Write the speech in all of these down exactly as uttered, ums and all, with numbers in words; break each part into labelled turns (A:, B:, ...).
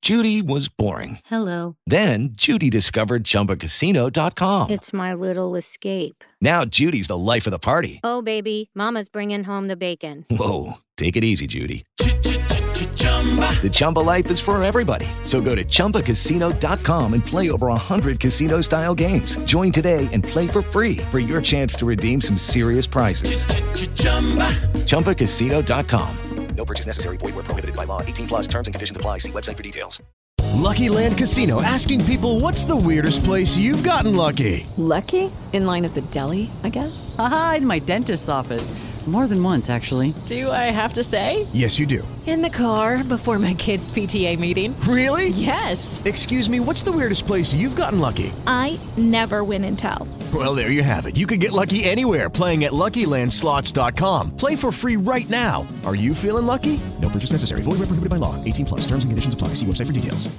A: Judy was boring.
B: Hello.
A: Then Judy discovered Chumba Casino dot com.
B: It's my little escape.
A: Now Judy's the life of the party.
B: Oh, baby, mama's bringing home the bacon.
A: Whoa, take it easy, Judy. The Chumba life is for everybody. So go to Chumba Casino dot com and play over one hundred casino-style games. Join today and play for free for your chance to redeem some serious prizes. Chumba Casino dot com. No purchase necessary. Void where prohibited by law. eighteen plus terms and conditions apply. See website for details.
C: Lucky Land Casino, asking people, what's the weirdest place you've gotten lucky?
D: Lucky? In line at the deli, I guess?
E: Aha, in my dentist's office. More than once, actually.
D: Do I have to say?
C: Yes, you do.
D: In the car before my kids' P T A meeting.
C: Really?
D: Yes.
C: Excuse me, what's the weirdest place you've gotten lucky?
F: I never win and tell.
C: Well, there you have it. You can get lucky anywhere, playing at Lucky Land Slots dot com. Play for free right now. Are you feeling lucky? No purchase necessary. Void where prohibited by law. eighteen plus. Terms and conditions apply. See website for details.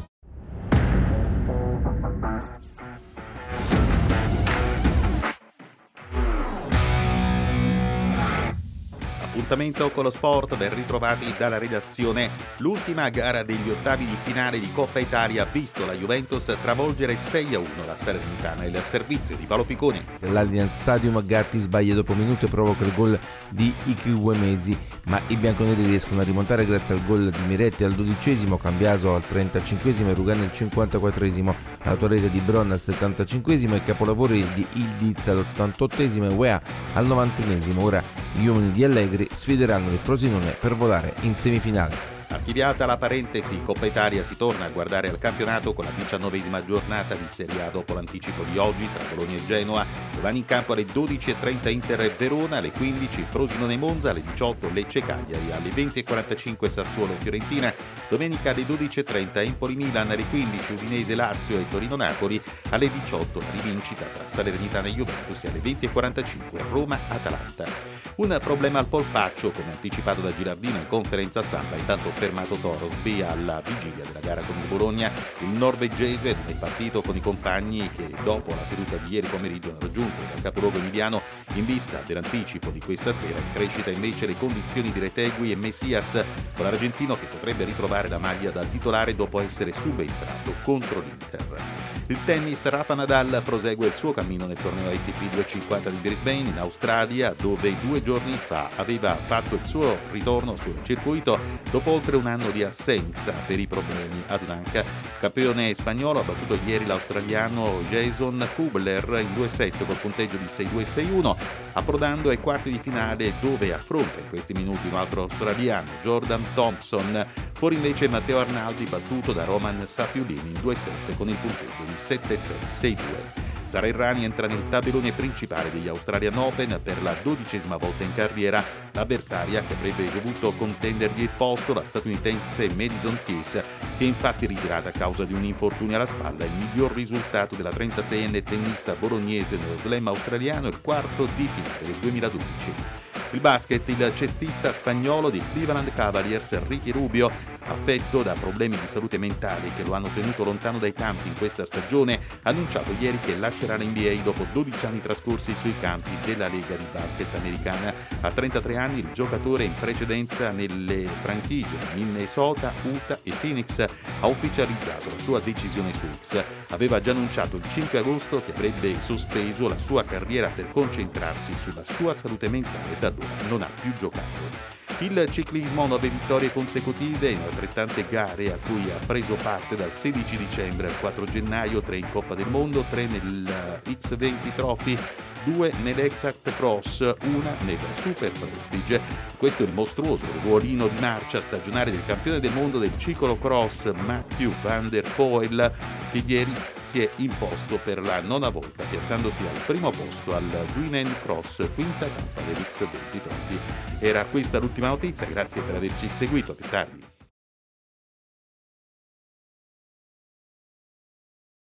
G: Appuntamento con lo sport, ben ritrovati dalla redazione. L'ultima gara degli ottavi di finale di Coppa Italia ha visto la Juventus travolgere sei a uno la Salernitana. Il servizio di Paolo Picconi.
H: All'Allianz Stadium Gatti sbaglia dopo minuto e provoca il gol di Ikwuemesi, ma i bianconeri riescono a rimontare grazie al gol di Miretti al dodicesimo, Cambiaso al trentacinquesimo e Rugani al cinquantaquattresimo, l'autorete di Bron al settantacinquesimo e capolavori di Ildiz all'ottantottesimo e Weah al novantunesimo. Ora gli uomini di Allegri sfideranno il Frosinone per volare in semifinale.
G: Archiviata la parentesi, Coppa Italia si torna a guardare al campionato con la diciannovesima giornata di Serie A dopo l'anticipo di oggi tra Bologna e Genoa. Domani in campo alle dodici e trenta Inter e Verona, alle quindici Frosinone e Monza, alle diciotto Lecce Cagliari, alle venti e quarantacinque Sassuolo Fiorentina, domenica alle dodici e trenta Empoli Milan, alle quindici Udinese Lazio e Torino Napoli, alle diciotto la rivincita tra Salernitana e Juventus e alle venti e quarantacinque Roma Atalanta. Un problema al polpaccio, come anticipato da Girardino in conferenza stampa, intanto fermato Torosby alla vigilia della gara con il Bologna. Il norvegese non è partito con i compagni che dopo la seduta di ieri pomeriggio hanno raggiunto dal capoluogo emiliano in vista dell'anticipo di questa sera. In crescita invece le condizioni di Retegui e Messias, con l'argentino che potrebbe ritrovare la maglia da titolare dopo essere subentrato contro l'Inter. Il tennis, Rafa Nadal prosegue il suo cammino nel torneo A T P duecentocinquanta di Brisbane in Australia, dove due giorni fa aveva fatto il suo ritorno sul circuito dopo oltre un anno di assenza per i problemi ad un'anca. Il campione spagnolo ha battuto ieri l'australiano Jason Kubler in due set col punteggio di sei due sei uno, approdando ai quarti di finale dove affronta in questi minuti un altro australiano, Jordan Thompson. Fuori invece Matteo Arnaldi battuto da Roman Safiullini in due set con il punteggio di sette sei sei due. Sara Errani entra nel tabellone principale degli Australian Open per la dodicesima volta in carriera. L'avversaria che avrebbe dovuto contendergli il posto, la statunitense Madison Keys, si è infatti ritirata a causa di un infortunio alla spalla. Il miglior risultato della trentaseienne tennista bolognese nello slam australiano, il quarto di finale del duemiladodici. Il basket, il cestista spagnolo di Cleveland Cavaliers Ricky Rubio, affetto da problemi di salute mentali che lo hanno tenuto lontano dai campi in questa stagione, ha annunciato ieri che lascerà l'N B A dopo dodici anni trascorsi sui campi della Lega di Basket americana. A trentatré anni il giocatore in precedenza nelle franchigie Minnesota, Utah e Phoenix ha ufficializzato la sua decisione su X. Aveva già annunciato il cinque agosto che avrebbe sospeso la sua carriera per concentrarsi sulla sua salute mentale e da allora non ha più giocato. Il ciclismo, nove vittorie consecutive in altrettante gare a cui ha preso parte dal sedici dicembre al quattro gennaio, tre in Coppa del Mondo, tre nel X venti Trophy, due nell'Exact Cross, una nel Super Prestige. Questo è il mostruoso ruolino di marcia stagionale del campione del mondo del ciclocross Mathieu van der Poel, che ieri si è imposto per la nona volta, piazzandosi al primo posto al Dwenen Cross, quinta tappa dell'X venti Trophy. Era questa l'ultima notizia, grazie per averci seguito, a più tardi.